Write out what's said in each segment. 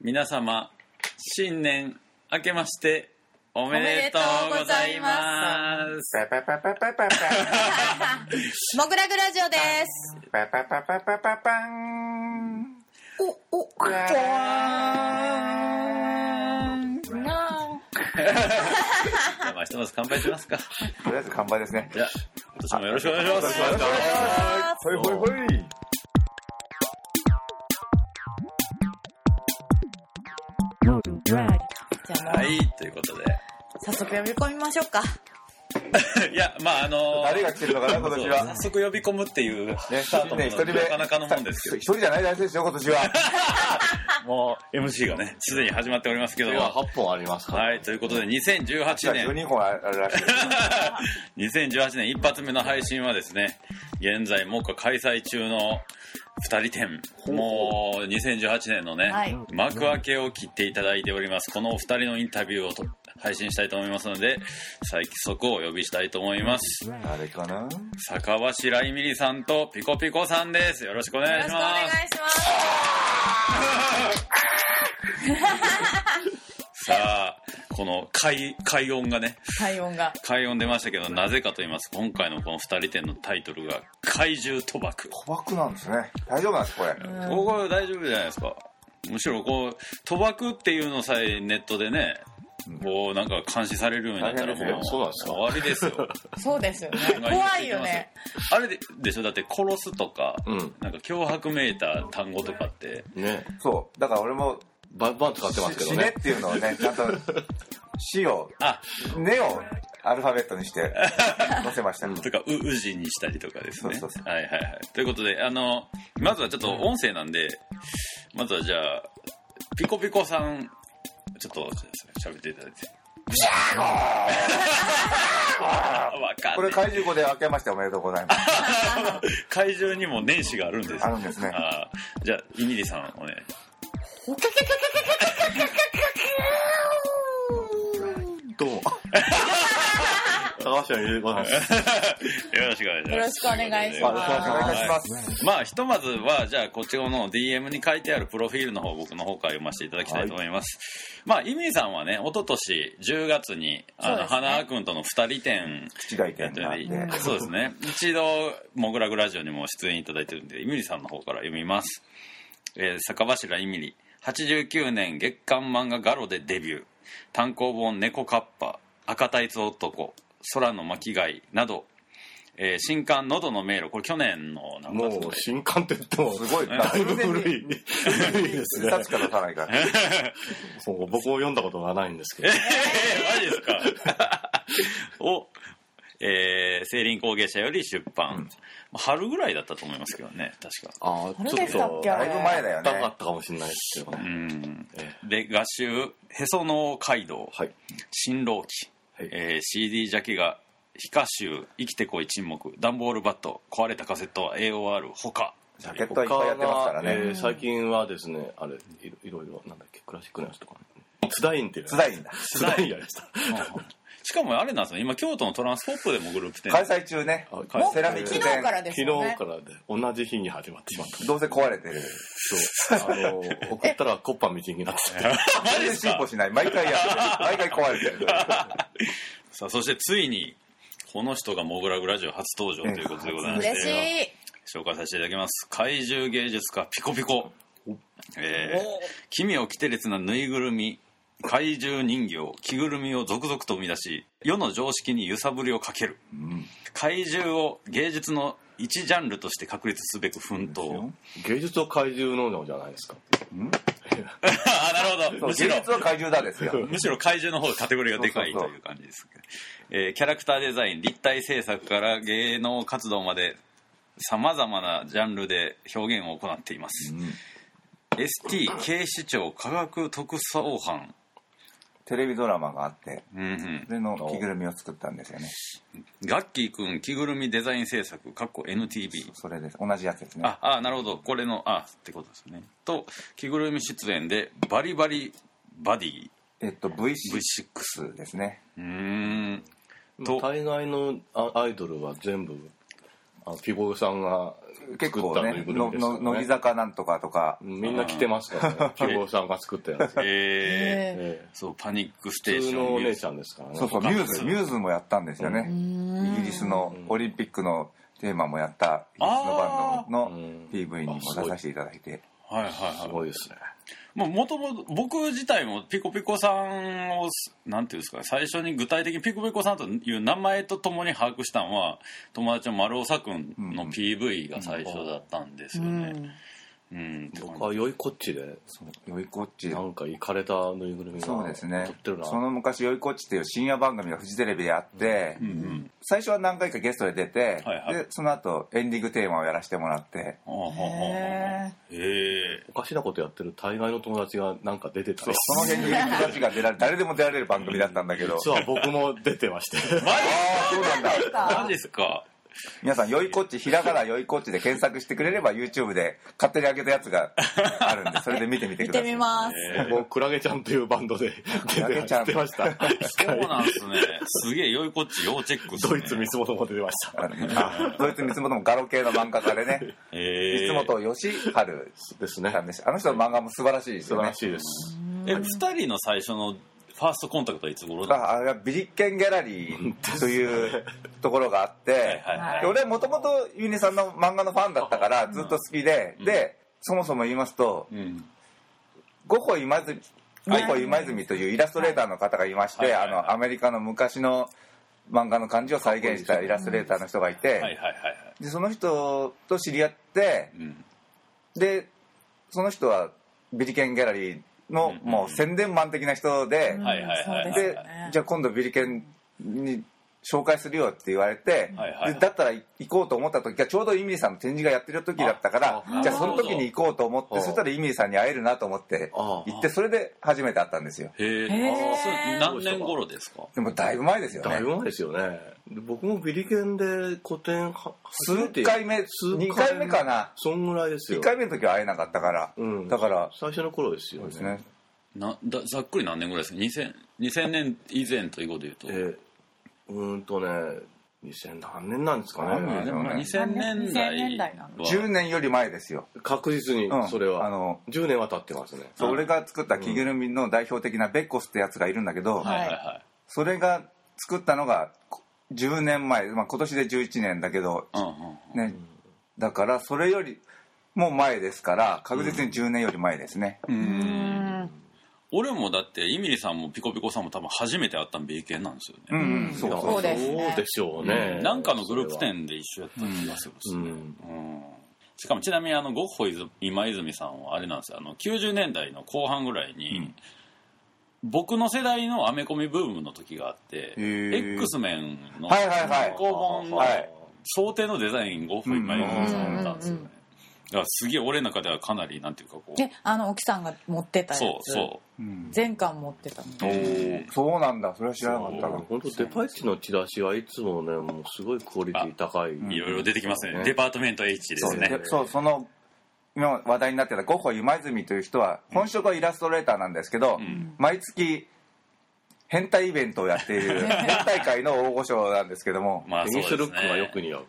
皆様新年明けましておめでとうございます。 もぐらぐラジオです。 パパパパパパパン。 まあひとまず乾杯しますか。 とりあえず乾杯ですね。 じゃあ今年もよろしくお願いします。 ほいほいほい。 じゃあもう、 はい、ということで早速呼び込みましょうか。 いやまあ誰が来てるのかな今年は。 早速呼び込むっていうスタートも一人目なかなかのもんですけど、 一人じゃないらしいですよ今年は。 もう MC がねすでに始まっておりますけども、 今8本ありますから、 はい、ということで2018年 12本あるらしい。 2018年一発目の配信はですね、現在目下開催中の2人展、もう2018年のね、 はい、 幕開けを切っていただいております。このお二人のインタビューを配信したいと思いますので、早速お呼びしたいと思います。 誰かな。 坂柱いみりさんとピコピコさんです。よろしくお願いします。 よろしくお願いします。 さあこの快音がね、快音出ましたけど、なぜかと言いますと、今回のこの2人展のタイトルが怪獣賭博。 賭博なんですね。大丈夫なんですこれ。 これ大丈夫じゃないですか。むしろこう賭博っていうのさえネットでね、こうなんか監視されるようになったらもうそうなんですか。 終わりですよ。 そうですよね。怖いよね。 あれでしょ、だって殺すとか、 うん、 なんか脅迫めいた単語とかってね。 そうだから俺もバンバン使ってますけどね。 死ねっていうのをねちゃんと死をねをアルファベットにして載せましたとかうじにしたりとかですね。 そうはいはいはい。ということでまずはちょっと音声なんで、まずはじゃあピコピコさんちょっと喋っていただいて。 これ怪獣語で明けましておめでとうございます。 怪獣にも年始があるんです。 あるんですね。 じゃあイミリさんおね。 どうも。高橋入れます。 よろしくお願いします。 よろしくお願いします。 お願いします。 まあひとまずはじゃあこっちの DM に書いてあるプロフィールの方、僕の方から読ませていただきたいと思います。まあイミリさんはね、一昨年10月に花輪君との2人展口が意見があって、 そうですね。一度モグラグラジオにも出演いただいてるんで、イミリさんの方から読みます。坂柱イミリ、89年月刊漫画ガロでデビュー、単行本猫カッパ、赤タイツ男、空の巻貝など、新刊喉の迷路、これ去年の何月もう新刊って言ってもすごいだいぶ古いですね。 冊から出さないから。 そう僕も読んだことがないんですけど。 マジですか。を、青林工芸社より出版、春ぐらいだったと思いますけどね、確か。 ちょっとだいぶ前だよね。 高かったかもしれないですけどね。 で画集へその街道、 はい、 新老期、CD ジャケが非歌集生きてこい沈黙、ダンボールバット、壊れたカセットは AOR 他。 ジャケットはいっぱいやってますからね。 最近はですね、あれいろいろなんだっけ、クラシックのやつとか、津田院っていう津田院だ。 津田院やりました。 しかもあれなんですよ、今京都のトランスポップでもグループ展開催中ね。セラミック展昨日からですよね。 昨日からで同じ日に始まってしまった。 どうせ壊れてる。 そう送ったらコッパみじんになってて全然進歩しない。毎回やってる。毎回壊れてる。 さあそしてついにこの人がモグラグラジオ初登場ということでございまして、 嬉しい。 紹介させていただきます。怪獣芸術家ピコピコ、奇妙奇天烈なぬいぐるみ怪獣人形着ぐるみを続々と生み出し、世の常識に揺さぶりをかける、怪獣を芸術の一ジャンルとして確立すべく奮闘。 芸術は怪獣のじゃないですか。 なるほど。むしろ芸術は怪獣だですよ。 むしろ怪獣の方がカテゴリーがでかいという感じです。キャラクターデザイン、立体制作から芸能活動までさまざまなジャンルで表現を行っています。ST 警視庁科学特捜班、 テレビドラマがあって、それの着ぐるみを作ったんですよね。 ガッキーくん着ぐるみデザイン制作(NTV) それです。同じやつですね。 なるほど、これのってことですね。と着ぐるみ出演でバリバリバディ、 V6 ですね。 と大概のアイドルは全部ピコさんが結構ね作ったぬいぐるみですよね。 乃木坂なんとかとかみんな着てますからね。ピコさんが作ったやつ。 そうパニックステー普通ションのお姉ちゃんですからね。 そうミューズもやったんですよね。イギリスのオリンピックのテーマもやったイギリスのバンドの PV にも出させていただいて、 はいはいはい、 すごいですね。 もともと僕自体もピコピコさんをなんていうんですか、最初に具体的にピコピコさんという名前とともに把握したのは友達の丸尾くんの PV が最初だったんですよね。 僕はよいこっちでよいこっちなんかイカれたぬいぐるみがそうですね撮ってるな。 その昔よいこっちっていう深夜番組がフジテレビであって、最初は何回かゲストで出て、でその後エンディングテーマをやらせてもらって、 おかしなことやってる大概の友達がなんか出てたり、 その辺にいる人たちが誰でも出られる番組だったんだけど、 実は僕も出てましてそうなんだ。 マジですか。 皆さんよいこっちひらがなよいこっちで検索してくれれば YouTube で勝手に上げたやつがあるんで、それで見てみてください。 見てみます。 僕クラゲちゃんというバンドで出てました。 そうなんですね。すげえよいこっち要チェックですね。 ドイツ三本も出てました。 ドイツ三本もガロ系の漫画家でね、三本義治ですね。 あの人の漫画も素晴らしいですよね。 素晴らしいです。 2人の最初のファーストコンタクトはいつ頃だったんですか？ あれはビリッケンギャラリーというところがあって俺はもともとユニさんの漫画のファンだったからずっと好きで、でそもそも言いますと、ゴッホ今泉というイラストレーターの方がいまして、アメリカの昔の漫画の感じを再現したイラストレーターの人がいて、でその人と知り合って、でその人はビリケンギャラリーのもう宣伝マン的な人で、でじゃあ今度ビリケンに紹介するよって言われて、でだったら行こうと思った時がちょうどイミリさんの展示がやってる時だったから、じゃあその時に行こうと思って、そしたらイミリさんに会えるなと思って行って、それで初めて会ったんですよ。 へえ。何年頃ですか？ でもだいぶ前ですよね。 だいぶ前ですよね。僕もビリケンで個展数回目2回目かな、 そんぐらいですよ。 1回目の時は会えなかったから、だから最初の頃ですよね。 ざっくり何年ぐらいですか？2000年以前ということで言うと 2000何年なんですかね。 2000年代 10年より前ですよ。 確実にそれは、10年は経ってますね。 俺が作った着ぐるみの代表的なベッコスってやつがいるんだけど、それが作ったのが10年前、今年で11年だけど、ね、だからそれよりも前ですから確実に10年より前ですね。 俺もだってイミリさんもピコピコさんも多分初めて会ったのビリケンなんですよね。 そうでしょうね。 なんかのグループ展で一緒やった気がするんですね。しかもちなみにゴッホ今泉さんはあれなんですよ、90年代の後半ぐらいに、僕の世代のアメコミブームの時があって、X メンの単行本の想定のデザインゴッホ今泉さんだったんですよね。だからすげえ俺の中ではかなりなんていうかこう、 沖さんが持ってたやつ、全巻持ってたの。 そうなんだ、それは知らなかったな。 本当デパ地のチラシはいつもね、もうすごいクオリティ高い、 いろいろ出てきますね。デパートメント H ですね。 そう、その今話題になってたゴッホ今泉という人は本職はイラストレーターなんですけど、毎月変態イベントをやっている変態界の大御所なんですけども、 デニスルックがよく似合う。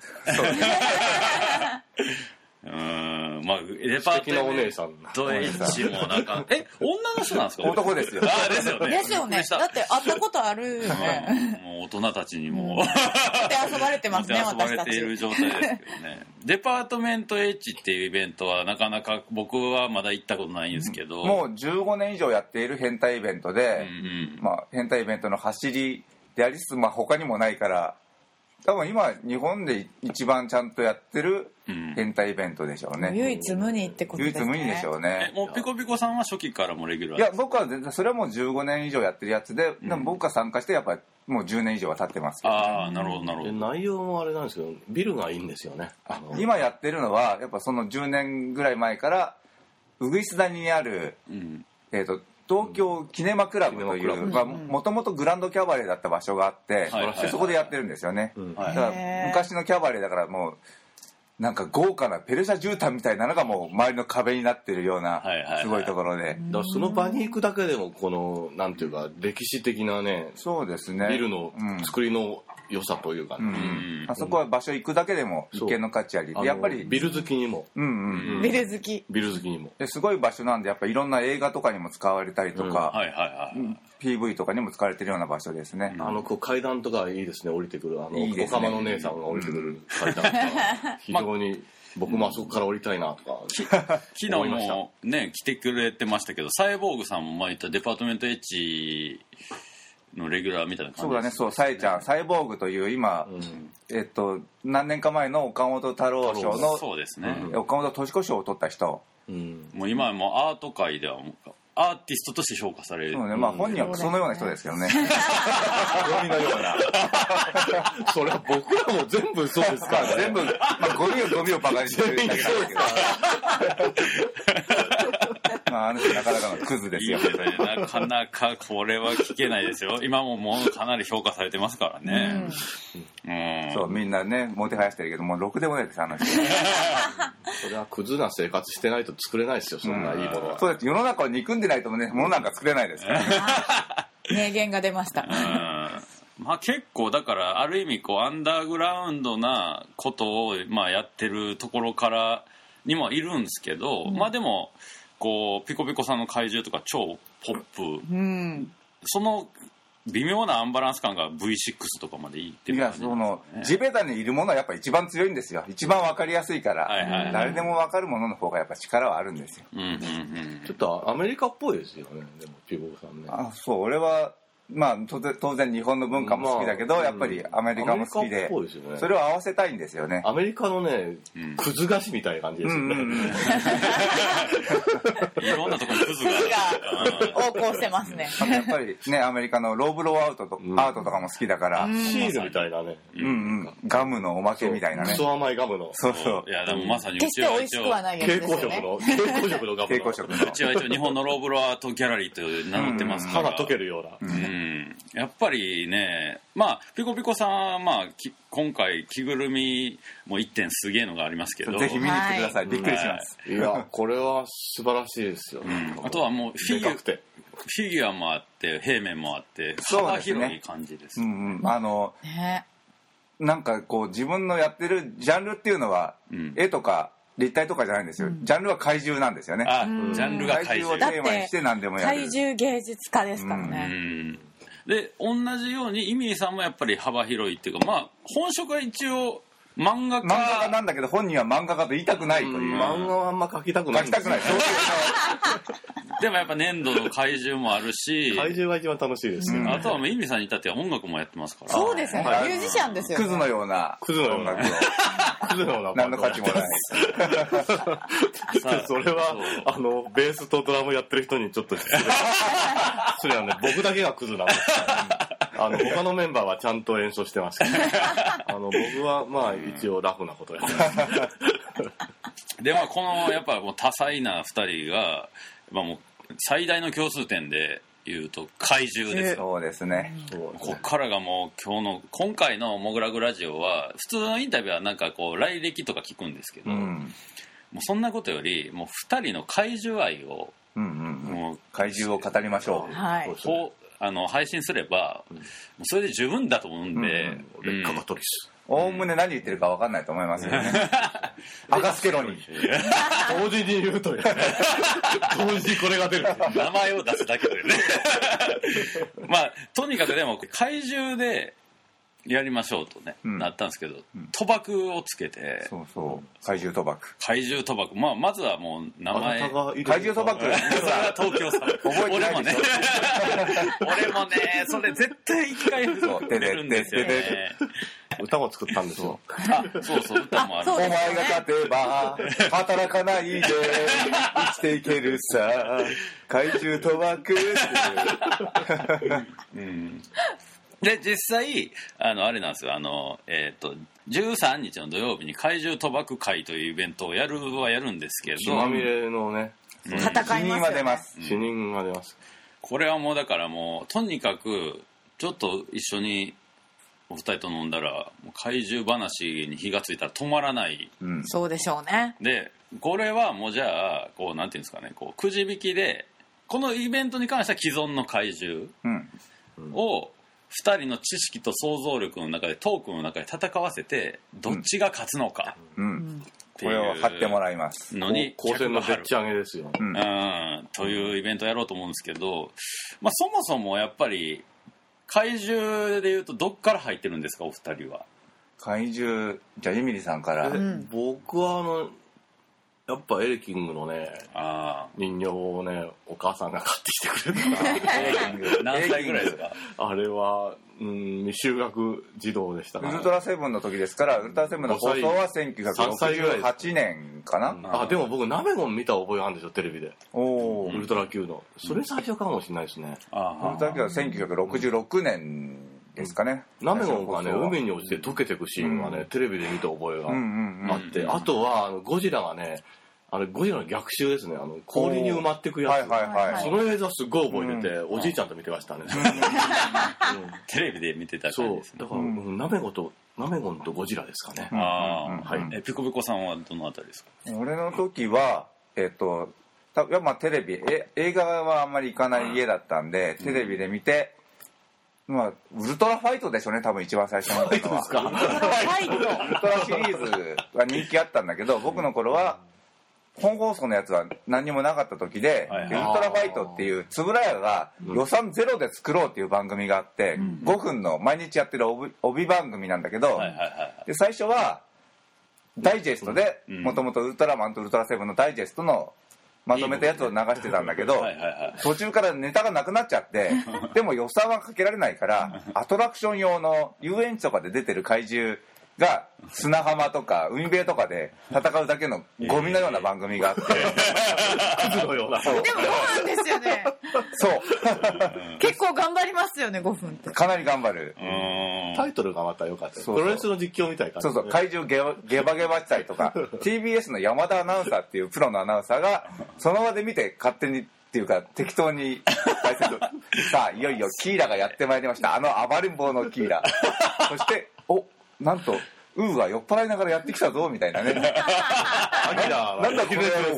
まあデパートメント H もなんか女の人なんですか？ 男ですよ。 ですよね。 ですよね。だって会ったことあるよね。 もう大人たちにも遊ばれてますね、 遊ばれている状態ですけどね。デパートメント H っていうイベントはなかなか僕はまだ行ったことないんですけど、 もう15年以上やっている変態イベントで、変態イベントの走りでありつつ、他にもないから多分今日本で一番ちゃんとやってる変態イベントでしょうね。 唯一無二ってことですね。 唯一無二でしょうね。 もうピコピコさんは初期からもレギュラー？ いや、僕はそれはもう15年以上やってるやつで、でも僕が参加してやっぱりもう10年以上は経ってますけど、 なるほどなるほど。 内容もあれなんですけどビルがいいんですよね。 今やってるのはやっぱその10年ぐらい前からウグイス谷にある、東京キネマクラブというもともとグランドキャバレーだった場所があって、そこでやってるんですよね。だから昔のキャバレーだからもうなんか豪華なペルシャ絨毯みたいなのがもう周りの壁になってるようなすごいところで、 だからその場に行くだけでもこのなんていうか歴史的なね、 そうですね、 ビルの作りの良さというかね、 あそこは場所行くだけでも一見の価値あり、やっぱりビル好きにも、 ビル好きにもすごい場所なんで、やっぱいろんな映画とかにも使われたりとか、PV とかにも使われてるような場所ですね。 こう階段とかいいですね、降りてくるいいですね、 おかまの姉さんが降りてくる階段とか非常に僕もあそこから降りたいなとか昨日もね来てくれてましたけど、サイボーグさんも前言ったデパートメント H のレギュラーみたいな感じです。 そうだね、そう、サイちゃん、サイボーグという今、何年か前の岡本太郎賞の、 そうですね、 岡本敏子賞を取った人、 もう今はもうアート界ではもうアーティストとして評価される。 そうね、まあ本人はクソのような人ですけどね。ゴミのような。 それは僕らも全部そうですからね。 全部、まあゴミをバカにしてるだけなんですけど。まああの人なかなかのクズですよ。 なかなかこれは聞けないですよ。今ももうかなり評価されてますからね。 そう、みんなね、もてはやしてるけど、もうろくでもないです、あの人。 それはクズな生活してないと作れないですよ、そんないいものは。 そうです、世の中を憎んでないとね、ものなんか作れないですからね。 名言が出ました。 まあ結構だからある意味こうアンダーグラウンドなことをまあやってるところからにもいるんですけど、まあでもこうピコピコさんの怪獣とか超ポップ、その微妙なアンバランス感が V6 とかまでいってる感じですね。いや、その地べたにいるものはやっぱ一番強いんですよ。一番わかりやすいから、誰でもわかるものの方がやっぱ力はあるんですよ。 ちょっとアメリカっぽいですよね、でもピコピコさんね。 あ、そう、俺はまあ当然日本の文化も好きだけど、やっぱりアメリカも好きで、それを合わせたいんですよね。 アメリカのね、クズ菓子みたいな感じですよね。 いろんなところにクズが横行してますね。 やっぱりね、アメリカのローブローアートとかも好きだから、 シールみたいなね、 ガムのおまけみたいなね、 クソ甘いガムの、 そうそう、 いやでもまさに決して美味しくはないやつですよね。 蛍光色のガムの、 うちは一応日本のローブローアートギャラリーと名乗ってますから、 歯が溶けるような。 やっぱりね、まあピコピコさんはまあ今回着ぐるみも1点すげえのがありますけど、 ぜひ見に来てください。びっくりします。 いや、これは素晴らしいですよ。 あとはもうフィギュアもあって平面もあって幅広い感じです。 なんかこう自分のやってるジャンルっていうのは絵とか立体とかじゃないんですよ。ジャンルは怪獣なんですよね。 ジャンルが怪獣をテーマにして何でもやる。 怪獣芸術家ですからね。 で同じようにイミリさんもやっぱり幅広いっていうか、まあ本職は一応漫画家なんだけど、本人は漫画家と言いたくないという。 漫画はあんま描きたくない。 でもやっぱ粘土の怪獣もあるし、 怪獣が一番楽しいですよ。 あとはイミリさんに至っては音楽もやってますから。 そうですね、ミュージシャンですよね。 クズのような音楽を。何の価値もない。 それはベースとドラムやってる人にちょっと失礼なんで、僕だけがクズなんです。他のメンバーはちゃんと演奏してますけど、僕はまあ一応ラフなことやってます。 でもこのやっぱもう多彩な2人が、まあ、もう最大の共通点で言うと怪獣ですよ。 そうですね。 こっからがもう今回のモグラグラジオは普通のインタビューはなんかこう来歴とか聞くんですけど、もうそんなことよりもう2人の怪獣愛を、 もう怪獣を語りましょう。 配信すればそれで十分だと思うんで、 劣化がトリスおおむね何言ってるか分かんないと思いますよね。アガスケロに同時に言うというね、同時にこれが出る名前を出すだけでねまあとにかくでも怪獣でやりましょうとね、なったんですけど、賭博をつけて、 怪獣賭博、 まあまずはもう名前怪獣賭博東京さん覚えてないでしょ。俺もねそれ絶対一回出るんですよね。 歌も作ったんですよ。 そう歌もある。 お前が勝てば働かないで生きていけるさ怪獣賭博で実際あれなんですよ、13日の土曜日に怪獣賭博会というイベントをやるんですけど、 血まみれのね、 戦いますよね。 死人が出ます。 これはもうだからもうとにかくちょっと一緒にお二人と飲んだらもう怪獣話に火がついたら止まらない、 そうでしょうね。 でこれはもうじゃあこうなんていうんですかね、こうくじ引きでこのイベントに関しては既存の怪獣を 2人の知識と想像力の中でトークの中で戦わせてどっちが勝つのか、 これを貼ってもらいますのに高専のでっち上げですよ、 というイベントをやろうと思うんですけど、そもそもやっぱり怪獣でいうとどっから入ってるんですかお二人は。 怪獣じゃあユミリさんから。 僕はやっぱエレキングのね人形をねお母さんが買ってきてくれた何歳ぐらいですかあれは未就学児童でしたから、 ウルトラセブンの時ですから、ウルトラセブンの放送は1968年かな。 でも僕ナメゴン見た覚えがあるんですよテレビで。 ウルトラ Q のそれ最初かもしれないですね。 ウルトラ Q は1966年ですかね。 ナメゴンがね海に落ちて溶けていくシーンはね、テレビで見た覚えがあって、あとはゴジラがねゴジラの逆襲ですね、氷に埋まっていくやつ、その映像すごい覚えてて、おじいちゃんと見てましたね。 テレビで見てた感じですね。 だからナメゴンとゴジラですかね。 ピコピコさんはどのあたりですか。 俺の時はテレビ映画はあんまり行かない家だったんで、テレビで見て、ウルトラファイトでしょうね、多分一番最初ののは。ウルトラシリーズが人気あったんだけど、僕の頃は本放送のやつは何にもなかった時で、ウルトラファイトっていう円谷が予算ゼロで作ろうっていう番組があって、5分の毎日やってる帯番組なんだけど、で最初はダイジェストでもともとウルトラマンとウルトラセブンのダイジェストのまとめたやつを流してたんだけど、途中からネタがなくなっちゃって、でも予算はかけられないからアトラクション用の遊園地とかで出てる怪獣が砂浜とか海辺とかで戦うだけのゴミのような番組があってクズのような。 でも5分ですよね。 そう結構頑張りますよね5分って。 かなり頑張る。 タイトルがまた良かった。プロレスの実況みたいな感じ。 そう怪獣ゲバゲバしたりとかTBS の山田アナウンサーっていうプロのアナウンサーがその場で見て勝手にっていうか適当に解説さあいよいよキーラがやってまいりました、暴れん坊のキーラそしてなんとウーは酔っ払いながらやってきたぞみたいなね。なんだこれ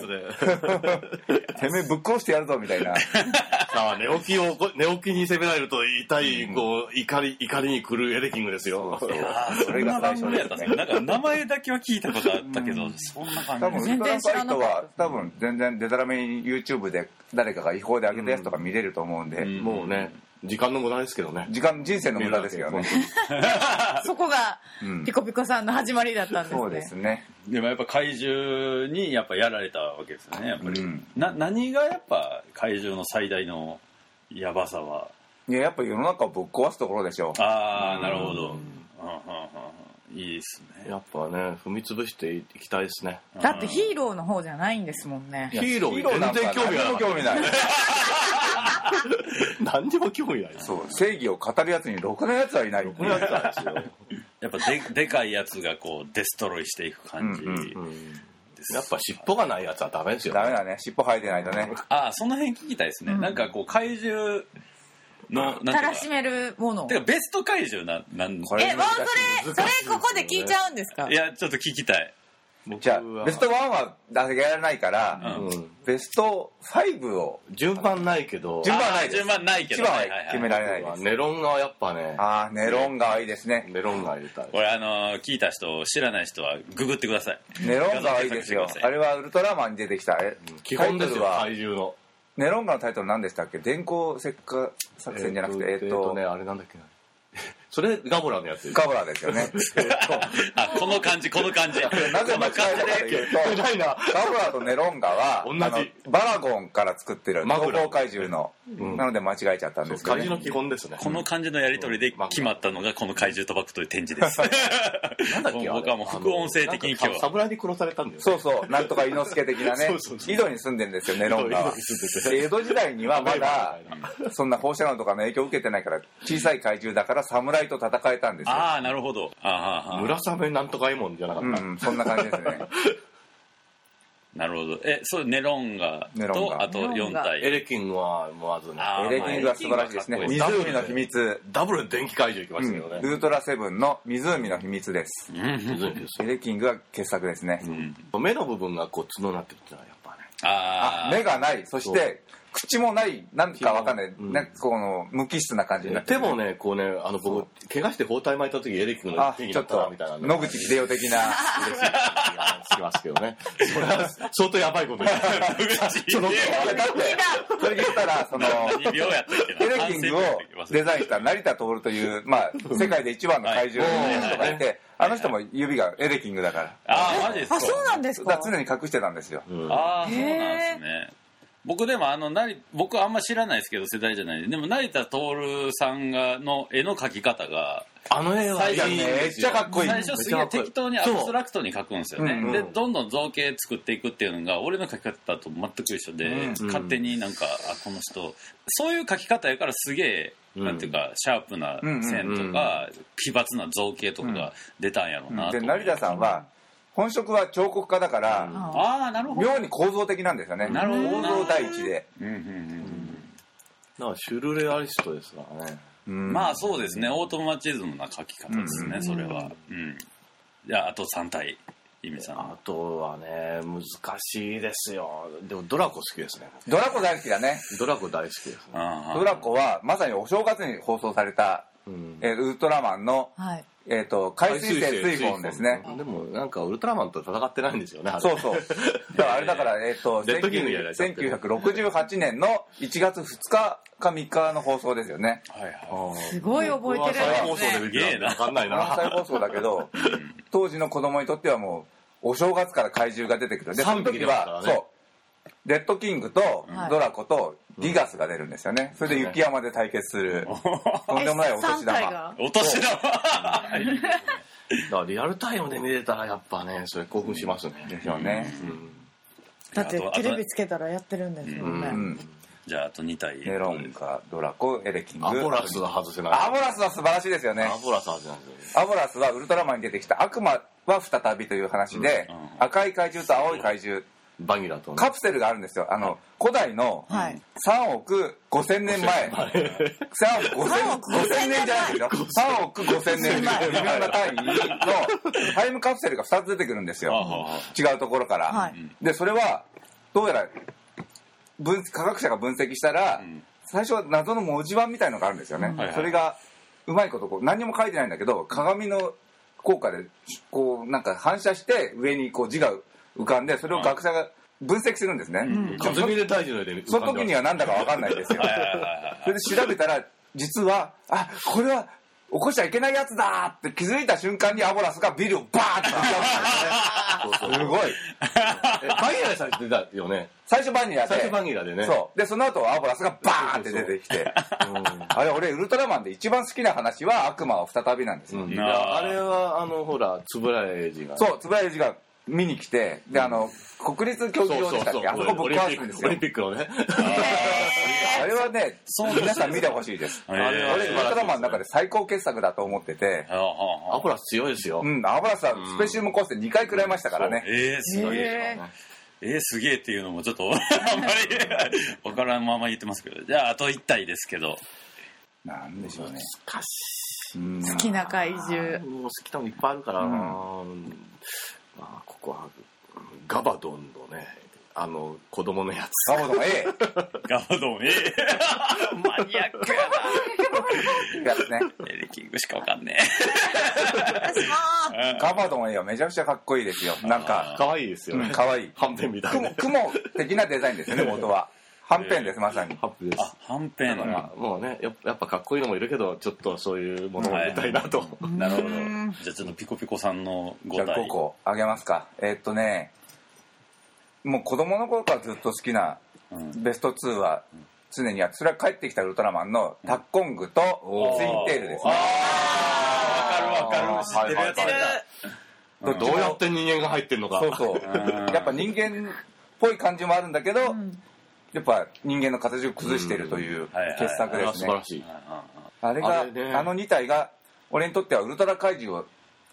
てめえぶっ殺してやるぞみたいな。 寝起きに攻められると痛い怒りに来るエレキングですよ。 それが最初ですね。 なんか名前だけは聞いたことあったけど、そんな感じ。 多分ウルトラファイトは多分全然デタラメに YouTube で誰かが違法で上げたやつとか見れると思うんで、 もうね時間の無駄ですけどね。 人生の無駄ですよね。 そこがピコピコさんの始まりだったんですね。 そうですね。 でもやっぱ怪獣にやっぱやられたわけですよね。やっぱり、何がやっぱ怪獣の最大のやばさは。 いや、やっぱ世の中をぶっ壊すところでしょう。 ああ、なるほど。いいですね。 やっぱね踏み潰していきたいですね。 だってヒーローの方じゃないんですもんね。 ヒーロー全然興味ない。何にも興味ない。 そう正義を語るやつにろくなやつはいない。 やっぱでかいやつがこうデストロイしていく感じ。 やっぱ尻尾がないやつはダメですよ。 ダメだね。尻尾生えてないとね。 その辺聞きたいですね。なんかこう怪獣のたらしめるもの。 てかベスト怪獣なん。 それここで聞いちゃうんですか。 いやちょっと聞きたい。 じゃあベスト1はだけやらないから、ベスト5を順番ないけど一番は決められないです。 ネロンガはやっぱね。 ネロンガはいいですね。 ネロンガ入れたい。 これ聞いた人知らない人はググってください。 ネロンガはいいですよ。あれはウルトラマンに出てきた基本ですよ。怪獣のネロンガのタイトル何でしたっけ。電光石火作戦じゃなくてあれなんだっけな。それガボラのやつ。 ガボラですよね。 この感じ。 なぜ間違えたかというと、ガボラとネロンガはバラゴンから作ってる魔法怪獣の、なので間違えちゃったんですけどね。 怪獣の基本ですね。 この感じのやり取りで決まったのがこの怪獣賭博という展示です。 なんだっけ。 僕はもう副音声的に今日侍に殺されたんだよ。 そうなんとか伊之助的なね。井戸に住んでるんですよネロンガは。江戸時代にはまだそんな放射能とかの影響を受けてないから小さい怪獣だから侍と戦えたんですよ。 なるほど。 村雨なんとかいもんじゃなかった。 そんな感じですね。 なるほど。それネロンガとあと4体。 エレキングはまずね。 エレキングは素晴らしいですね。湖の秘密。 ダブル電気怪獣いきましたけどね。 ウルトラセブンの湖の秘密です。エレキングは傑作ですね。 目の部分がこう角になってるってのはやっぱね。 目がない。そして口もないなんかわかんない、なんかこの無機質な感じになって手もねこうね僕怪我して包帯巻いた時エレキ君の手になったなみたいな野口英世的なしますけどね。それは相当やばいことですね。 それ言ったらそのエレキングをデザインした成田徹という世界で一番の怪獣の人がいて、あの人も指がエレキングだから。 マジですか。 そうなんですか。 常に隠してたんですよ。 そうなんですね。僕でも僕あんま知らないですけど世代じゃないでも成田徹さんの絵の描き方があの絵はめっちゃかっこいい。 最初すげえ適当にアブストラクトに描くんですよね。でどんどん造形作っていくっていうのが俺の描き方と全く一緒で、勝手になんかこの人そういう描き方やからすげえなんていうかシャープな線とか奇抜な造形とかが出たんやろうなと。 で成田さんは本職は彫刻家だから妙に構造的なんですよね。 なるほど。 構造第一で。 だからシュルレアリストですからね。 まあそうですね。オートマチズムな描き方ですね。それは。じゃああと3体意味さん。 あとはね難しいですよ。でもドラコ好きですね。 ドラコ大好きだね。 ドラコ大好きですね。 ドラコはまさにお正月に放送されたウルトラマンの海水星水本ですね。 でもなんかウルトラマンと戦ってないんですよね。 そうそう。だからあれだから1968年の1月2日か3日の放送ですよね。 すごい覚えてるんですね。 すげえな。分かんないな。 再放送だけど当時の子供にとってはもうお正月から怪獣が出てくる。でその時はレッドキングとドラコとギガスが出るんですよね。それで雪山で対決するとんでもないお年玉。 お年玉。 だからリアルタイムで見れたらやっぱねそれ興奮しますね。 でしょうね。 だってテレビつけたらやってるんですもんね。 じゃああと2体。 ネロンカ、ドラコ、エレキング。 アボラスは外せない。 アボラスは素晴らしいですよね。 アボラスは外せない。 アボラスはウルトラマンに出てきた悪魔は再びという話で、赤い怪獣と青い怪獣。 バニラとカプセルがあるんですよ。古代の3億5,000年前。3億5,000年じゃないですよ。3億5,000年前。微妙な単位のタイムカプセルが2つ出てくるんですよ。違うところから。で、それはどうやら科学者が分析したら、最初は謎の文字盤みたいのがあるんですよね。それがうまいこと何にも書いてないんだけど、鏡の効果でこうなんか反射して上にこう字が浮かんで、それを学者が分析するんですね。その時には何だか分かんないですよ。それで調べたら実はこれは起こしちゃいけないやつだって気づいた瞬間にアボラスがビルをバーンってすごい。 バニラでされてたよね。 最初バニラでね。そうでその後アボラスがバーンって出てきて、あれ俺ウルトラマンで一番好きな話は悪魔は再びなんですよ。 あれはほら円谷英二が円谷英二が見に来て、で国立競技場でしたっけ、あそこぶっ壊すんですよ。 オリンピックのね。 あれはね皆さん見てほしいです。俺ウルトラマンの中で最高傑作だと思ってて。 アボラス強いですよ。 アボラスはスペシウムコースで2回食らいましたからね。 すごいですよね。すげえっていうのもちょっとあんまり分からんまま言ってますけど、じゃああと1体ですけど、 なんでしょうね。 好きな怪獣好きなのいっぱいあるからな。ここはガバドンのね子供のやつ。 ガバドン A。 ガバドン A。マニアックやな。エレキングしかわかんねえ。ガバドン A はめちゃくちゃかっこいいですよ。なんか可愛いですよね。 可愛い。 はんぺんみたいな。 雲的なデザインですよね元は。はんぺんですまさに。 はんぺん。 もうねやっぱかっこいいのもいるけどちょっとそういうものを入れたいなと。 なるほど。じゃあちょっとピコピコさんの5体。 5個あげますか。もう子供の頃からずっと好きなベスト2は常にあって、それは帰ってきたウルトラマンのタッコングとツインテールですね。 わかる知ってるやつだ。どうやって人間が入ってんのか。 そうやっぱ人間っぽい感じもあるんだけど、やっぱ人間の形を崩しているという傑作ですね。 素晴らしい。 あれが2体が俺にとってはウルトラ怪獣を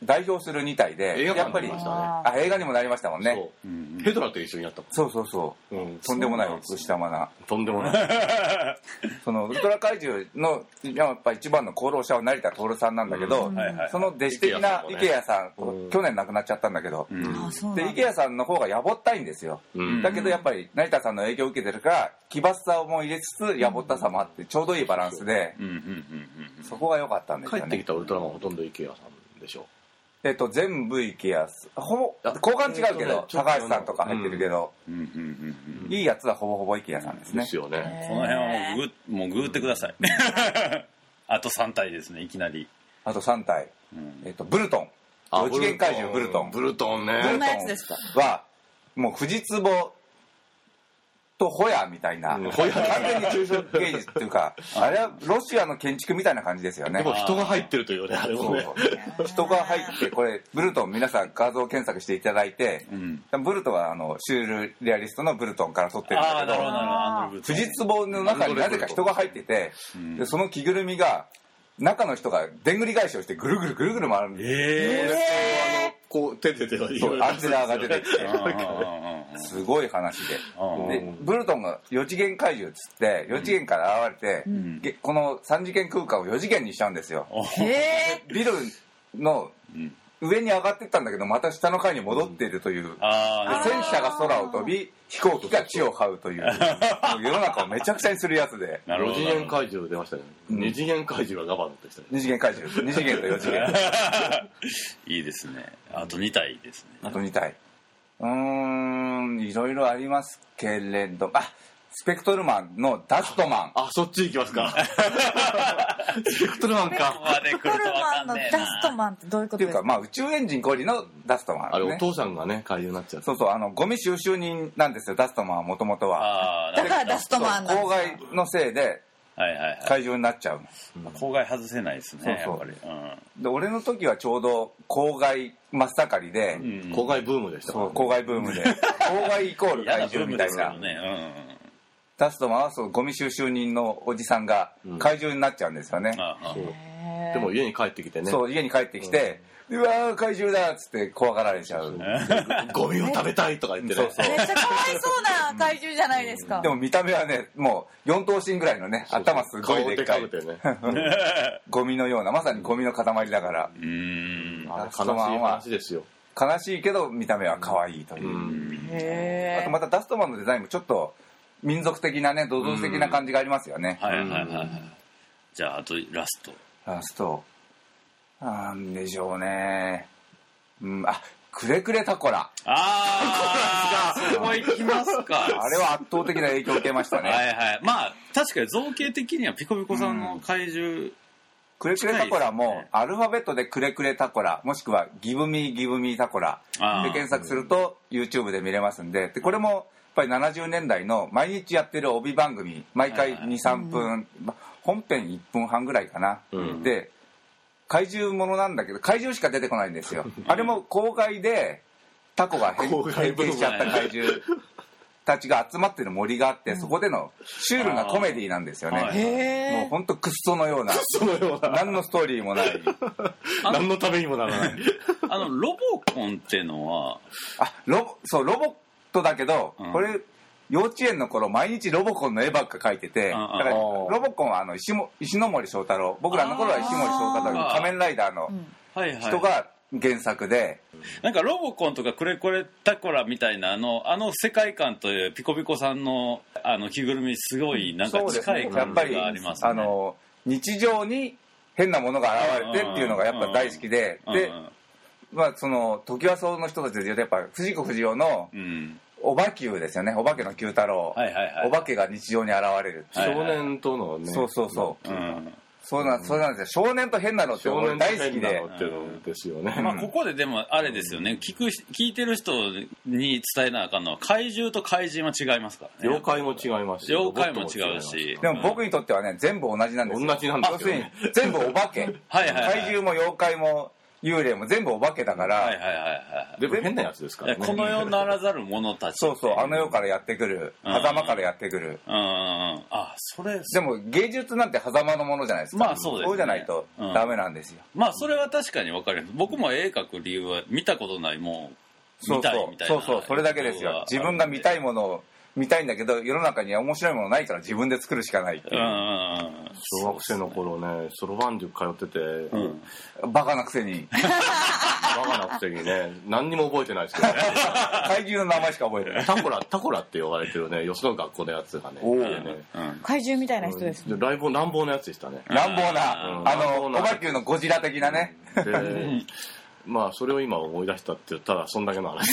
代表する2体で、やっぱり映画にもなりましたもんね。 ヘドラと一緒にやったもん。 そう、とんでもない大きさまな。 とんでもない。 そのウルトラ怪獣のやっぱ一番の功労者は成田徹さんなんだけど、その弟子的な池谷さん、去年亡くなっちゃったんだけど、で池谷さんの方がやぼったいんですよ。だけどやっぱり成田さんの影響を受けてるから奇抜さも入れつつやぼったさもあってちょうどいいバランスで、そこが良かったんですよね。 帰ってきたウルトラマンほとんど池谷さんでしょ。 全部池谷ほぼ交換違うけど高橋さんとか入ってるけど、いいやつはほぼほぼ池谷さんですね。 ですよね。 この辺はもうグーってください。あと3体ですね、いきなり。 あと3体、ブルトン、4次元怪獣ブルトン。 ブルトンね。 どんなやつですか？ はもう藤壺とホヤみたいな、完全に抽象芸術っていうか、あれはロシアの建築みたいな感じですよね。 でも人が入ってるというね、あれもね。 人が入って、これブルトン皆さん画像検索していただいて、ブルトンはシュールレアリストのブルトンから撮ってるんだけど、藤壺の中になぜか人が入ってて、でその着ぐるみが中の人がでんぐり返しをしてぐるぐるぐるぐる回るんです。 こう手でアンテナが出てきてすごい話で、ブルトンが4次元怪獣っつって4次元から現れて、この3次元空間を4次元にしちゃうんですよ。ビルの上に上がってったんだけどまた下の階に戻っているという、戦車が空を飛び飛行機が地を這うという世の中をめちゃくちゃにするやつで。 4次元怪獣出ましたね。2次元怪獣がガバドでしたね。 2次元怪獣、2次元と4次元いいですね。あと2体ですね。 あと2体、いろいろありますけれど、スペクトルマンのダストマン。 そっち行きますか。スペクトルマンか。 スペクトルマンのダストマンってどういうことですか？ っていうか宇宙エンジン氷のダストマン、ね、 あれお父さんがね怪獣になっちゃう。 そうゴミ収集人なんですよダストマンはもともとは。 だからダストマンなんです公害のせいで怪獣になっちゃう。 公害外せないですね。やっぱり。 で俺の時はちょうど公害真っ盛りで、 公害ブームでしたからね。 公害ブームで公害イコール怪獣みたいな。ダストマンはゴミ収集人のおじさんが怪獣になっちゃうんですよね。 でも家に帰ってきてね。 そう家に帰ってきて、うわー怪獣だっつって怖がられちゃう。 ゴミを食べたいとか言ってね。 めっちゃかわいそうな怪獣じゃないですか。 でも見た目はねもう4頭身ぐらいのね頭すごいでっかいゴミのようなまさにゴミの塊だから。 悲しい話ですよ。 悲しいけど見た目は可愛いという。あとまたダストマンのデザインもちょっと民族的なね土蔵的な感じがありますよね。 じゃああとラストなんでしょうね。クレクレタコラ。 そこ行きますか。 あれは圧倒的な影響を受けましたね。 確かに造形的にはピコピコさんの怪獣、 クレクレタコラもアルファベットでクレクレタコラもしくはギブミータコラで検索すると YouTube で見れますんで、これもやっぱり70年代の毎日やってる帯番組毎回 2,3 分、本編1分半ぐらいかな、で怪獣ものなんだけど怪獣しか出てこないんですよ。あれも公害でタコが変形しちゃった怪獣たちが集まってる森があって、そこでのシュールなコメディなんですよね。もうほんとクッソのような何のストーリーもない何のためにもならないロボコンっていうのはロボットだけど、これ幼稚園の頃毎日ロボコンの絵ばっか描いてて、だからロボコンは石ノ森章太郎、僕らの頃は石森章太郎、仮面ライダーの人が原作で、 なんかロボコンとかクレコレタコラみたいなあの世界観とピコピコさんの着ぐるみすごいなんか近い感じがありますね。 やっぱり日常に変なものが現れてっていうのがやっぱ大好きで、そのトキワ荘の人たちで言うとやっぱ藤子不二雄のおばきゅうですよね。お化けの九太郎、お化けが日常に現れる。 少年とのね。 そうなんですよ。少年と変なのって俺大好きで。 ですよね。 ここででもあれですよね。聞いてる人に伝えなあかんのは怪獣と怪人は違いますからね。 妖怪も違いますし。 妖怪も違うし。 でも僕にとってはね全部同じなんですよ。 同じなんですよ。 要するに全部お化け。怪獣も妖怪も幽霊も全部お化けだから、 でも変なやつですからね。 この世ならざる者たち。 そうそう、あの世からやってくる、狭間からやってくる。 それ。 でも芸術なんて狭間のものじゃないですか。 まあそうですね。 そうじゃないとダメなんですよ。 まあそれは確かに分かります。僕も絵描く理由は見たことないもん見たいみたいな。 そう、それだけですよ。自分が見たいものを見たいんだけど、世の中には面白いものないから自分で作るしかないっていう。 小学生の頃ね、そろばん塾通ってて、 バカなくせに。 バカなくせにね、何にも覚えてないですけどね。 怪獣の名前しか覚えてない。 タコラって呼ばれてるね、よその学校のやつがね。 怪獣みたいな人です。 乱暴なやつでしたね。 乱暴な。おばきゅうのゴジラ的なね。 まあ、それを今思い出したって言ったら、そんだけの話。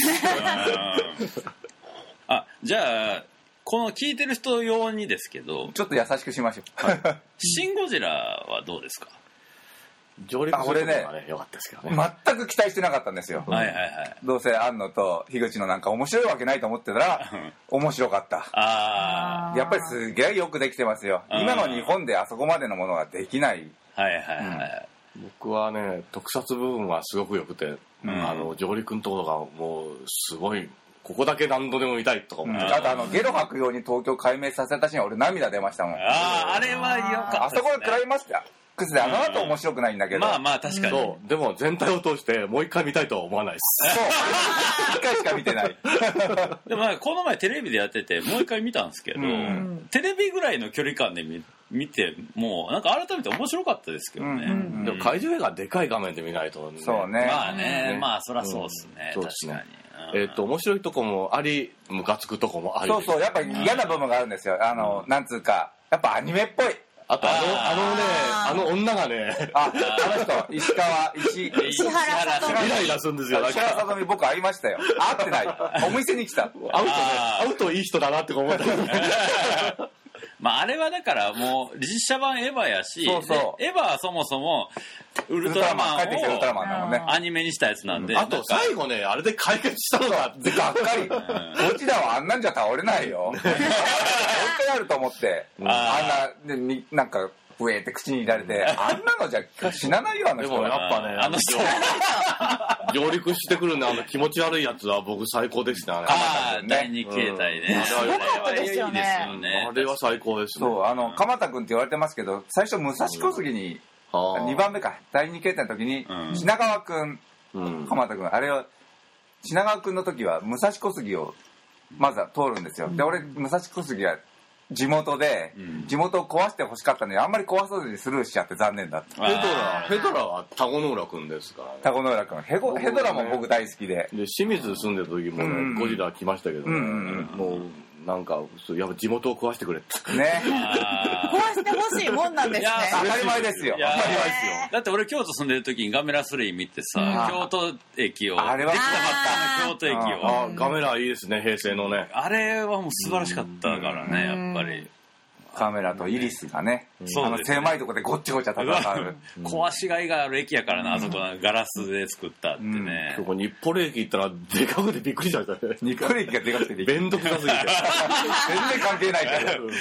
じゃあこの聞いてる人用にですけど、 ちょっと優しくしましょう。 シン・ゴジラはどうですか？ 上陸するのがね、良かったですけどね。 全く期待してなかったんですよ。どうせ庵野と樋口のなんか面白いわけないと思ってたら面白かった。やっぱりすげえよくできてますよ。今の日本であそこまでのものはできない。 僕はね、特撮部分はすごく良くて、上陸のところがもうすごい、ここだけ何度でも見たいとか思って。 あとゲロ吐くように東京壊滅させたシーン、俺涙出ましたもん。 あれは良かった。 あそこはクライマックスであの後面白くないんだけど。 まあ確かに。 そう。でも全体を通してもう一回見たいとは思わないです。 そう。一回しか見てない。 でもこの前テレビでやっててもう一回見たんですけど、テレビぐらいの距離感で見てもうなんか改めて面白かったですけどね。 でも怪獣映画でかい画面で見ないとね。 そうね。 まあね、まあそりゃそうですね。確かに。 面白いとこもあり、ムカつくとこもあり。 そう、やっぱり嫌な部分があるんですよ。なんつうか、やっぱアニメっぽい。 あとあの女がね、 あの人、石原さとみ。 イライラするんですよ。 石原さとみ僕会いましたよ。会ってない。お店に来た。 会うといい人だなって思った。 まああれはだからもう実写版エヴァやし、エヴァはそもそもウルトラマンをアニメにしたやつなんで、 あと最後ね、あれで解決したのががっかり。ゴジラはあんなんじゃ倒れないよ。本当にあると思って、あんななんかブエーって口に入れられて、あんなのじゃ死なないよ、あの人。 でもやっぱね、あの人上陸してくるね、気持ち悪いやつは僕最高でしたね。 第2形態ね。 あれはいいですよね。 あれは最高ですね。 そう、鎌田君って言われてますけど、最初武蔵小杉に2番目か、第2形態の時に品川君、鎌田君、あれは品川君の時は武蔵小杉をまずは通るんですよ。で、俺武蔵小杉は地元で、地元を壊してほしかったのにあんまり壊さずにスルーしちゃって残念だった。 ヘドラは田子の浦君ですからね。 田子の浦君、ヘドラも僕大好きで。 清水住んでる時もね、ゴジラ来ましたけどね、もうなんかやっぱ地元を壊してくれってね。 壊してほしいもんなんですね。 当たり前ですよ。 だって俺京都住んでる時にガメラ3見てさ、京都駅をあれは京都駅をガメラいいですね、平成のね。 あれはもう素晴らしかったからね、やっぱり。 カメラとイリスがね、狭いとこでごっちゃごちゃ戦う。 壊しがいがある駅やからな、あそこガラスで作ったってね。 そこ日暮里駅行ったらでかくてびっくりしちゃったね。 日暮里駅がでかくて弁読がすぎて。 全然関係ないけど。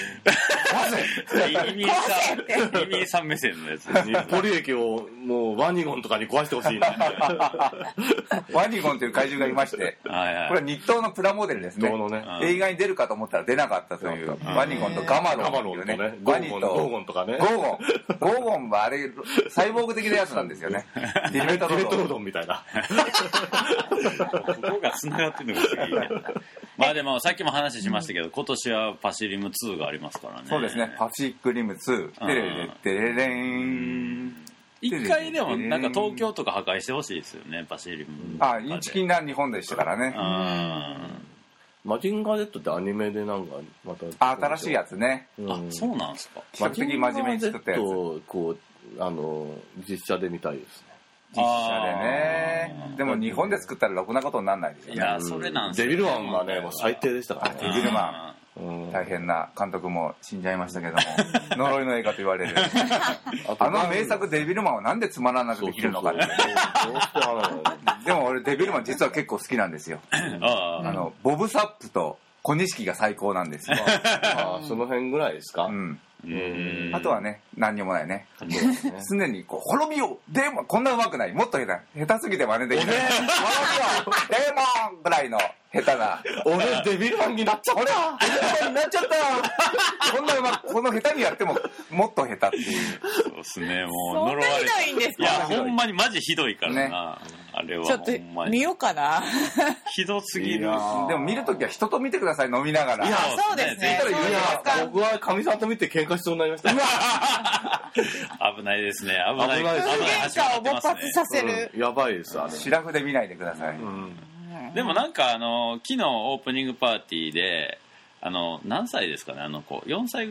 イミーさん目線のやつ。 日暮里駅をもうワニゴンとかに壊してほしいな。 ワニゴンという怪獣がいまして、これは日東のプラモデルですね。映画に出るかと思ったら出なかったという、ワニゴンとガマロン。 ゴーゴンとかね。 ゴーゴンはあれ、サイボーグ的なやつなんですよね。ディメトロドンみたいな。 ここが繋がってるのがすげえ。まあでもさっきも話しましたけど、今年はパシリム2がありますからね。 そうですね。パシフィックリム2。テレレテレレン。 一回でもなんか東京とか破壊してほしいですよね、パシリム。 インチキな日本でしたからね。 マジンガー Z ってアニメでなんかまた新しいやつね。 そうなんですか。 比較的真面目に作ったやつ。 こう実写で見たいですね。 実写でね。でも日本で作ったらろくなことにならないですよね。 いや、それなんですよ。 デビルマンはね、もう最低でしたからね。 デビルマン。大変な監督も死んじゃいましたけども、呪いの映画と言われる。あの名作デビルマンはなんでつまらなくできるのかって。でも俺デビルマン実は結構好きなんですよ。ボブ・サップと小錦が最高なんですよ。 その辺ぐらいですか。 あとはね、何にもないね。常にこう、滅びようでも、こんな上手くない。もっと下手すぎて真似できない。滅びようデーモンぐらいの下手な。 俺、デビルマンになっちゃった。 デビルマンになっちゃったこんなこの下手にやっても、もっと下手っていう。 そうですね、もう呪われそんなひどいんですか？ いや、ほんまにマジひどいからな。あれはちょっと見ようかな。 ひどすぎる。 でも見るときは人と見てください、飲みながら。 いや、そうですね。 僕はかみさんと見て喧嘩しそうになりました。 危ないですね。危ない。 喧嘩を勃発させる。 やばいです、あれ。 シラフで見ないでください。 でもなんか昨日オープニングパーティーで何歳ですかね、あの子4歳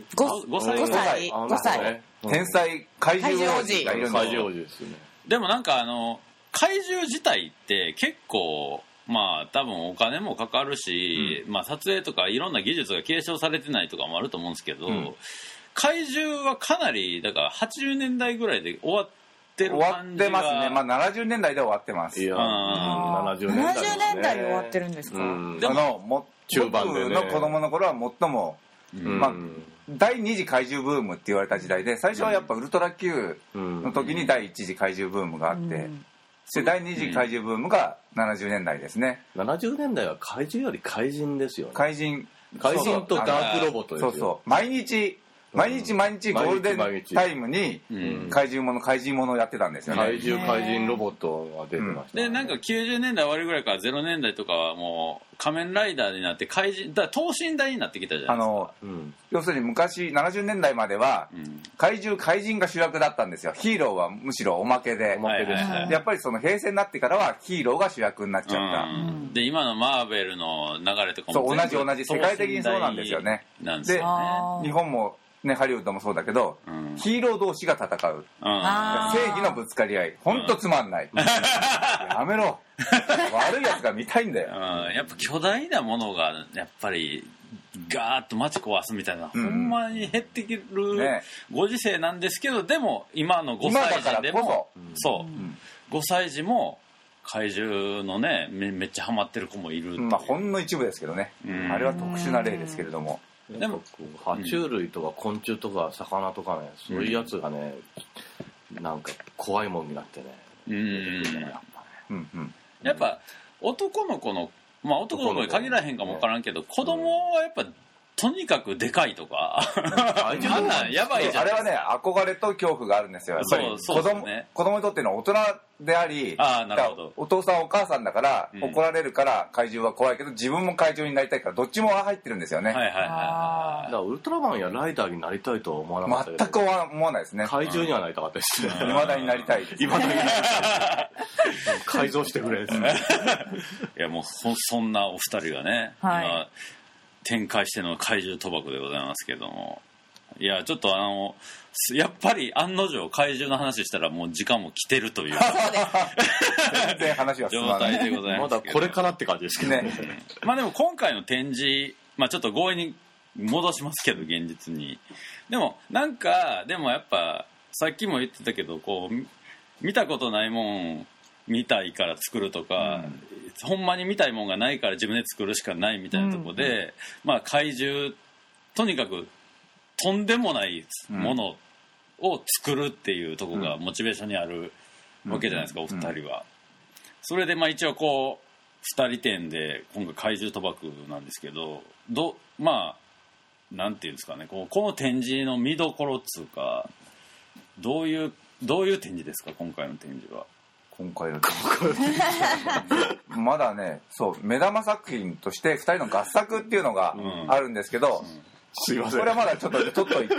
5歳天才怪獣王子がいるん怪獣王子ですよね。 でもなんか怪獣自体って結構まあ多分お金もかかるし、まあ撮影とかいろんな技術が継承されてないとかもあると思うんですけど、怪獣はかなりだから80年代ぐらいで終わってる感じが。 終わってますね。まあ70年代で終わってます。 いや、70 年代で終わってるんですか。 でも中盤でね、僕の子供の頃は最も、まあ第2次怪獣ブームって言われた時代で、最初はやっぱウルトラ Q の時に第1次怪獣ブームがあって、で第2次怪獣ブームが70年代ですね。 70年代は怪獣より怪人ですよね。 怪人とダークロボットですよ。 そうそう、毎日ゴールデンタイムに怪人ものをやってたんですよね。 怪人ロボットが出てました、 でなんか90年代終わりぐらいから0年代とかはもう仮面ライダーになって怪人だ等身大になってきたじゃないですか。 要するに昔70年代までは怪人が主役だったんですよ。ヒーローはむしろおまけで、やっぱりその平成になってからはヒーローが主役になっちゃった、 で今のマーベルの流れとかもそう同じ世界的にそうなんですよね。で日本もね、ハリウッドもそうだけど、ヒーロー同士が戦う、正義のぶつかり合い、ほんとつまんない、やめろ悪いやつが見たいんだよ。 やっぱ巨大なものがやっぱりガーッと街壊すみたいな、ほんまに減ってくるご時世なんですけど、でも今の5歳児でも5歳児も怪獣のねめっちゃハマってる子もいる。 まあほんの一部ですけどね、あれは特殊な例ですけれども。 でも爬虫類とか昆虫とか魚とかね、そういうやつがね、なんか怖いもんになってね。 やっぱ男の子の、まあ男の子に限らへんかも分からんけど、子供はやっぱとにかくでかいとかあんなんやばいじゃん。 あれはね憧れと恐怖があるんですよ。やっぱり子供にとっての大人であり、お父さんお母さんだから怒られるから怪獣は怖いけど、自分も怪獣になりたいからどっちも入ってるんですよね。だからウルトラマンやライダーになりたいとは思わなかったです。 全く思わないですね。 怪獣にはなりたかったですね。 未だになりたいです。 未だに改造してくれですね。 いやもうそんなお二人がね、今展開しての怪獣賭博でございますけども、いやちょっとやっぱり案の定怪獣の話したらもう時間も来てるという全然話は進まない状態でございますけど、 まだこれからって感じですけどね。 まあでも今回の展示、まあちょっと強引に戻しますけど現実に、でもなんかでもやっぱさっきも言ってたけど、こう見たことないもん見たいから作るとか、ほんまに見たいもんがないから自分で作るしかないみたいなところで、まあ怪獣とにかくとんでもないものを作るっていうところがモチベーションにあるわけじゃないですか、お二人は。それでまあ一応こう2人展で今回怪獣賭博なんですけど、まあなんていうんですかね、この展示の見どころっつうか、どういう展示ですか今回の展示は。 今回のまだね、そう目玉作品として2人の合作っていうのがあるんですけど、 すいません、 これはまだちょっと取っといて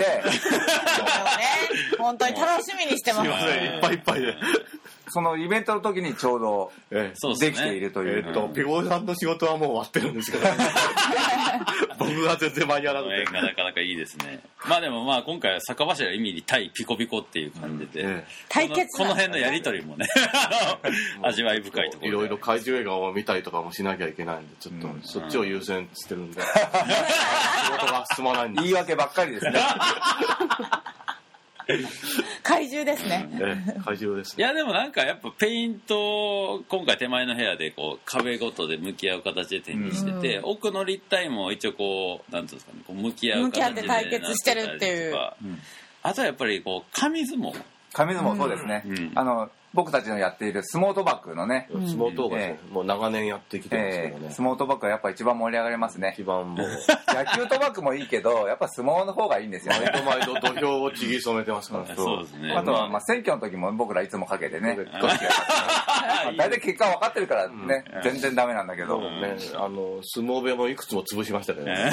本当に楽しみにしてます。 すいません、いっぱいいっぱいでそのイベントの時にちょうどできているという、 ピコさんの仕事はもう終わってるんですけど僕が全然間に合わなくて、 なかなかいいですね。まあでもまあ今回は坂柱意味に対ピコピコっていう感じで、 対決この辺のやり取りもね味わい深いところで、 いろいろ怪獣映画を見たりとかもしなきゃいけないんで、ちょっとそっちを優先してるんで仕事が進まないんで、 言い訳ばっかりですね怪獣ですね。 怪獣ですね。 いやでもなんかやっぱペイント今回手前の部屋でこう壁ごとで向き合う形で展示してて、奥の立体も一応こうなんていうんですかね、こう向き合う形で対決してるっていう。 あとはやっぱりこう紙相撲そうですね、僕たちのやっている相撲賭博のね、 相撲賭博もう長年やってきてますけどね、 相撲賭博はやっぱ一番盛り上がりますね。 一番もう野球賭博もいいけどやっぱ相撲の方がいいんですよね。 毎度土俵をちぎり染めてますから。 そうですね。 あとは選挙の時も僕らいつもかけてね、大体結果分かってるからね、全然ダメなんだけど、 相撲部屋もいくつも潰しましたけどね。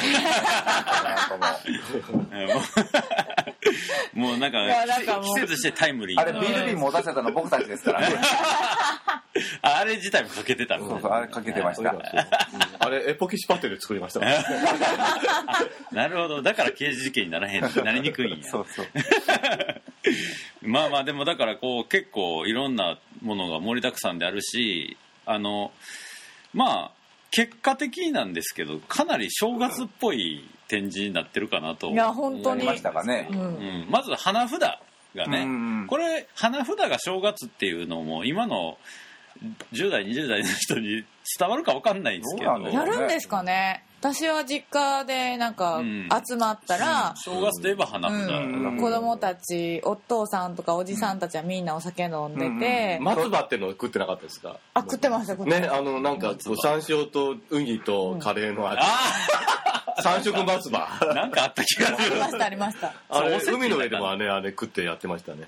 もうなんか季節してタイムリー。 あれビール瓶持たせたの僕たちですからね。 あれ自体もかけてたの。 そうあれかけてました。 あれエポキシパテル作りました。 なるほど、だから刑事事件になりにくいんや。 そうまあでもだからこう結構いろんなものが盛りだくさんであるし、まあ結果的になんですけどかなり正月っぽい展示になってるかなと。 いや本当にましたかね。 まず花札がね、これ花札が正月っていうのも今の10代20代の人に伝わるか分かんないんですけど、 やるんですかね。私は実家でなんか集まったら、 正月といえば花札、 子供たちお父さんとかおじさんたちはみんなお酒飲んでて、 松葉っての食ってなかったですか？ 食ってましたね。 なんか山椒とウニとカレーの味、三色松葉なんかあった気がする。 ありました。 あれ海の上でもあれ食ってやってましたね。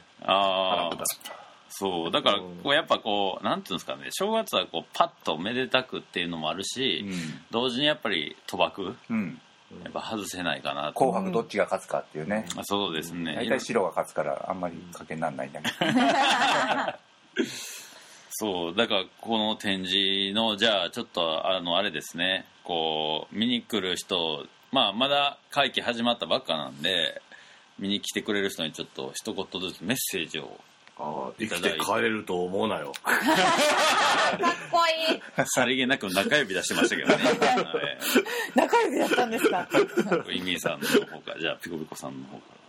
そうだからこうやっぱこうなんていうんですかね、正月はこうパッとめでたくっていうのもあるし、同時にやっぱり賭博、やっぱ外せないかなと。 紅白どっちが勝つかっていうね。 そうですね。 大体白が勝つからあんまり賭けにならないんだけど。 そうだからこの展示のじゃあちょっとあれですね、こう見に来る人、まだ会期始まったばっかなんで見に来てくれる人にちょっと一言ずつメッセージを。 生きて帰れると思うなよ。 かっこいい。 さりげなく中指出してましたけどね。 中指だったんですか。 イミーさんの方から、じゃあピコピコさんの方から。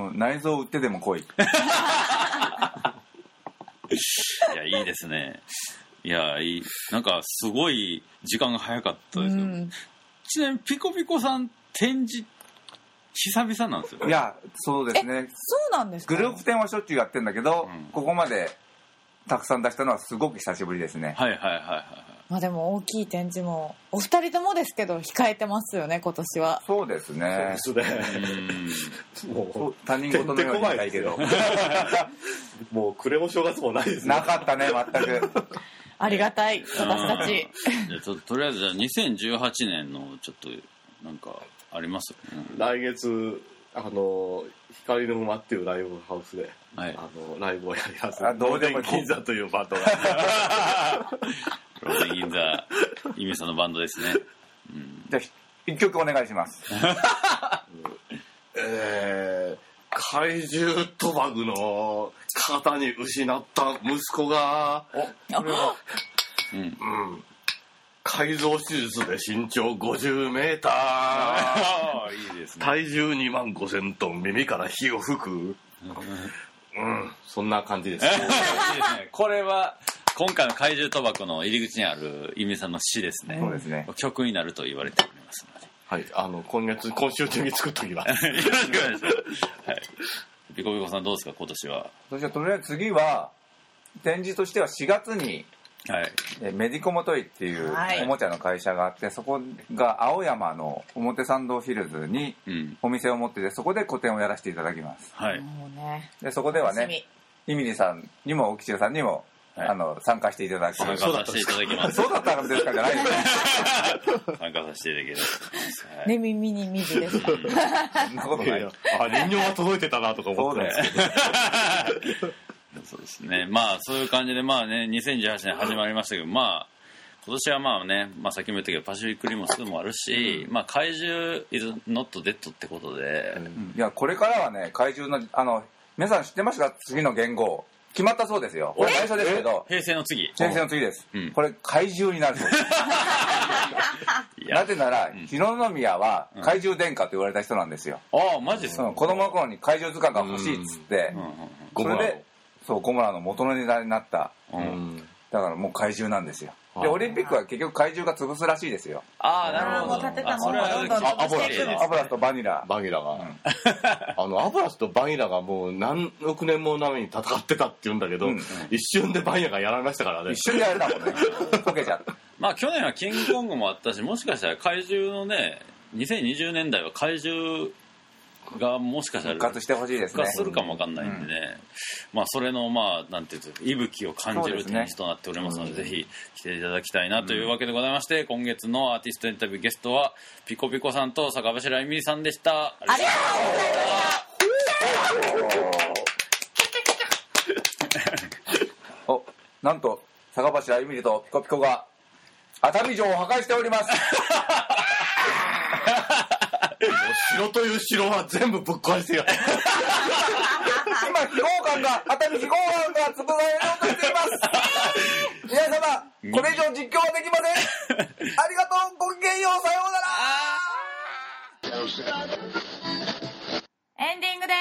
内臓売ってでも来い。いやいいですね。いやいい、なんかすごい時間が早かったですよ。ちなみにピコピコさん展示久々なんですよ。 いやそうですね。 そうなんですか。 グループ展はしょっちゅうやってるんだけど、ここまでたくさん出したのはすごく久しぶりですね。 でも大きい展示もお二人ともですけど控えてますよね今年は。 そうですね。もう他人事のようにないけどもう暮れも正月もないですね。なかったね全く。 ありがたい私たち。 じゃあちょっととりあえずじゃあ2018年のちょっとなんかあります？ 来月光の馬っていうライブハウスで、ライブをやります。 どうでも銀座というバンドがローデン銀座イミさんのバンドですね。 じゃあ一曲お願いします。 怪獣賭博の肩に失った息子が改造手術で身長50メーター、いいですね、体重2万5000トン、耳から火を吹く、そんな感じです。 これは今回の怪獣賭博の入り口にあるイミさんの詩ですね。 そうですね。 曲になると言われておりますので、 はい、今週中に作っときます。よろしくお願いします。 はい。ピコピコさんどうですか今年は？ そしてとりあえず次は展示としては4月に、メディコモトイっていうおもちゃの会社があって、そこが青山の表参道フィルズにお店を持ってて、そこで個展をやらせていただきます。でそこではね、イミリさんにも沖中さんにも参加していただく。 参加させていただきます。 そうだったんですかじゃないです参加させていただきます。 ね、耳に水ですか。 そんなことない。 人形が届いてたなとか思ってたんですけど。 そうですね。そういう感じで2018年始まりましたけど、今年はさっきも言ったけどパシフィックリモスもあるし、怪獣 is not dead ってことで、 いやこれからはね、怪獣の皆さん知ってましたか？次の言語決まったそうですよ。これ最初ですけど、 平成の次です。これ怪獣になるそうです。 なぜなら日宮は怪獣殿下と言われた人なんですよ。 ああマジですか。 子供の頃に怪獣図鑑が欲しいっつってそれでゴムラの元のネタになった。だからもう怪獣なんですよ。でオリンピックは結局怪獣が潰すらしいですよ。 ああなるほど。 もう立てたものをどんどんアブラスとバニラが、アブラスとバニラがもう何億年も前に戦ってたって言うんだけど、一瞬でバニラがやられましたからね。 一瞬でやれたもんね。溶けちゃった。 まあ去年はキングコングもあったし、もしかしたら怪獣のね2020年代は怪獣がもしかしたら復活してほしいですね。 復活するかもわかんないんでね、まあそれのまあなんていうんですか、息吹を感じる展示となっておりますので、ぜひ来ていただきたいなというわけでございまして、今月のアーティストインタビューゲストはピコピコさんと坂柱えみりさんでした。 ありがとうございます。なんと坂柱えみりとピコピコが熱海城を破壊しております。 城という城は全部ぶっ壊してよ。 今熱海非合館が潰されようとしています。皆様これ以上実況はできません。ありがとう、ごきげんよう、さようなら。 エンディングです。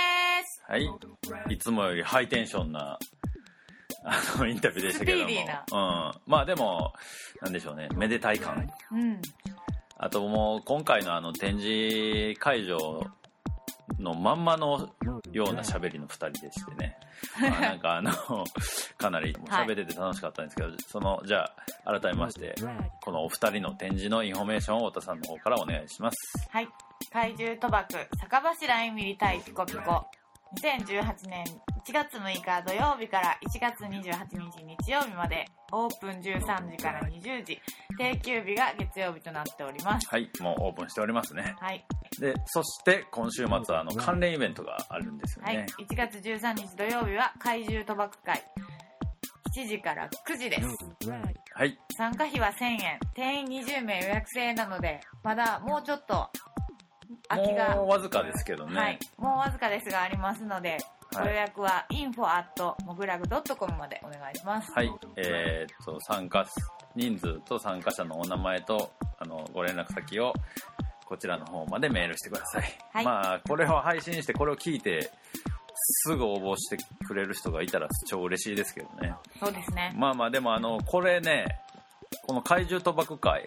はい、いつもよりハイテンションなインタビューでしたけども、 スピーディーな、 まあでもなんでしょうね、めでたい感、あともう今回の展示会場のまんまのような喋りの2人でしてね、なんかかなり喋ってて楽しかったんですけど、じゃあ改めましてこのお二人の展示のインフォメーションを太田さんの方からお願いします。 はい、怪獣賭博坂柱えみり対ピコピコ、2018年1月6日土曜日から1月28日日曜日まで、オープン13時から20時、定休日が月曜日となっております。 はい、もうオープンしておりますね。 はい。 で、そして今週末は関連イベントがあるんですよね。 はい、1月13日土曜日は怪獣賭博会、7時から9時です。 はい。 参加費は1000円、定員20名予約制なので、まだもうちょっと空きがもうわずかですけどね。 はい、もうわずかですがありますので、ご予約は info@mogulag.com までお願いします。 はい、参加人数と参加者のお名前とご連絡先をこちらの方までメールしてください。はい、まあこれを配信してこれを聞いてすぐ応募してくれる人がいたら超嬉しいですけどね。 そうですね。 まあまあでもこれね、この怪獣賭博会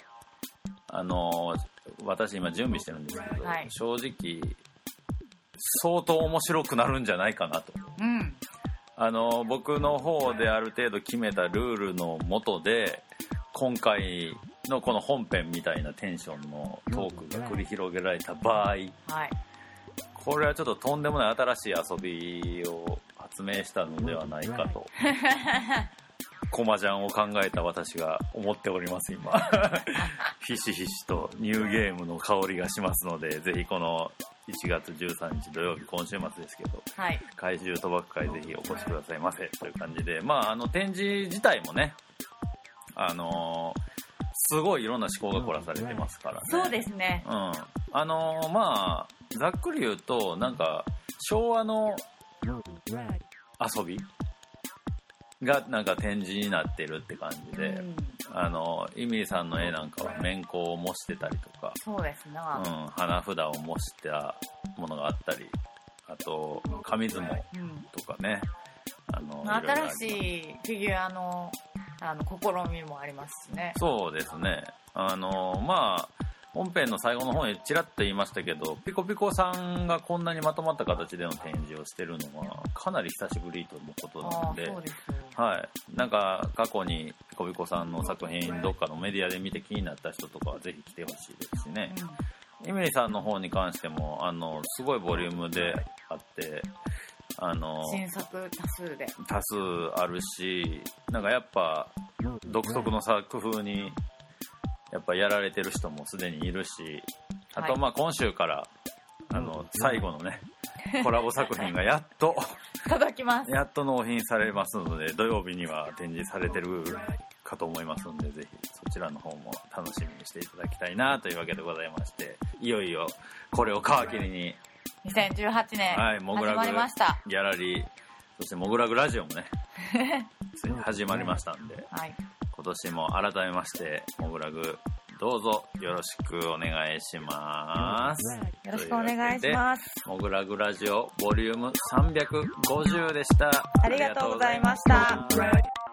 私今準備してるんですけど、正直相当面白くなるんじゃないかなと、僕の方である程度決めたルールの下で今回のこの本編みたいなテンションのトークが繰り広げられた場合、これはちょっととんでもない新しい遊びを発明したのではないかとコマジャンを考えた私が思っております今。ひしひしとニューゲームの香りがしますので、ぜひこの1月13日土曜日、今週末ですけど、怪獣賭博会ぜひお越しくださいませという感じで、まあ展示自体もね、すごいいろんな思考が凝らされてますからね。 そうですね。 まあざっくり言うとなんか昭和の遊びがなんか展示になってるって感じで、イミリさんの絵なんかは面子を模してたりとか、 そうですね、 花札を模したものがあったり、あと紙相撲とかね、 新しいフィギュアの試みもありますしね。 そうですね。まあ本編の最後の方にちらっと言いましたけど、ピコピコさんがこんなにまとまった形での展示をしてるのはかなり久しぶりということなので、なんか過去にピコピコさんの作品どっかのメディアで見て気になった人とかはぜひ来てほしいですしね。イメリさんの方に関してもすごいボリュームであって、 新作多数あるし、なんかやっぱ独特の作風にやっぱやられてる人もすでにいるし、あとまあ今週から最後のねコラボ作品がやっと届きます。 やっと納品されますので、土曜日には展示されてるかと思いますので、ぜひそちらの方も楽しみにしていただきたいなというわけでございまして、いよいよこれを皮切りに 2018年始まりました。 ギャラリー、そしてモグラグラジオもねついに始まりましたんで、今年も改めましてモグラグどうぞよろしくお願いします。 よろしくお願いします。 もぐらぐラジオボリューム350でした。 ありがとうございました。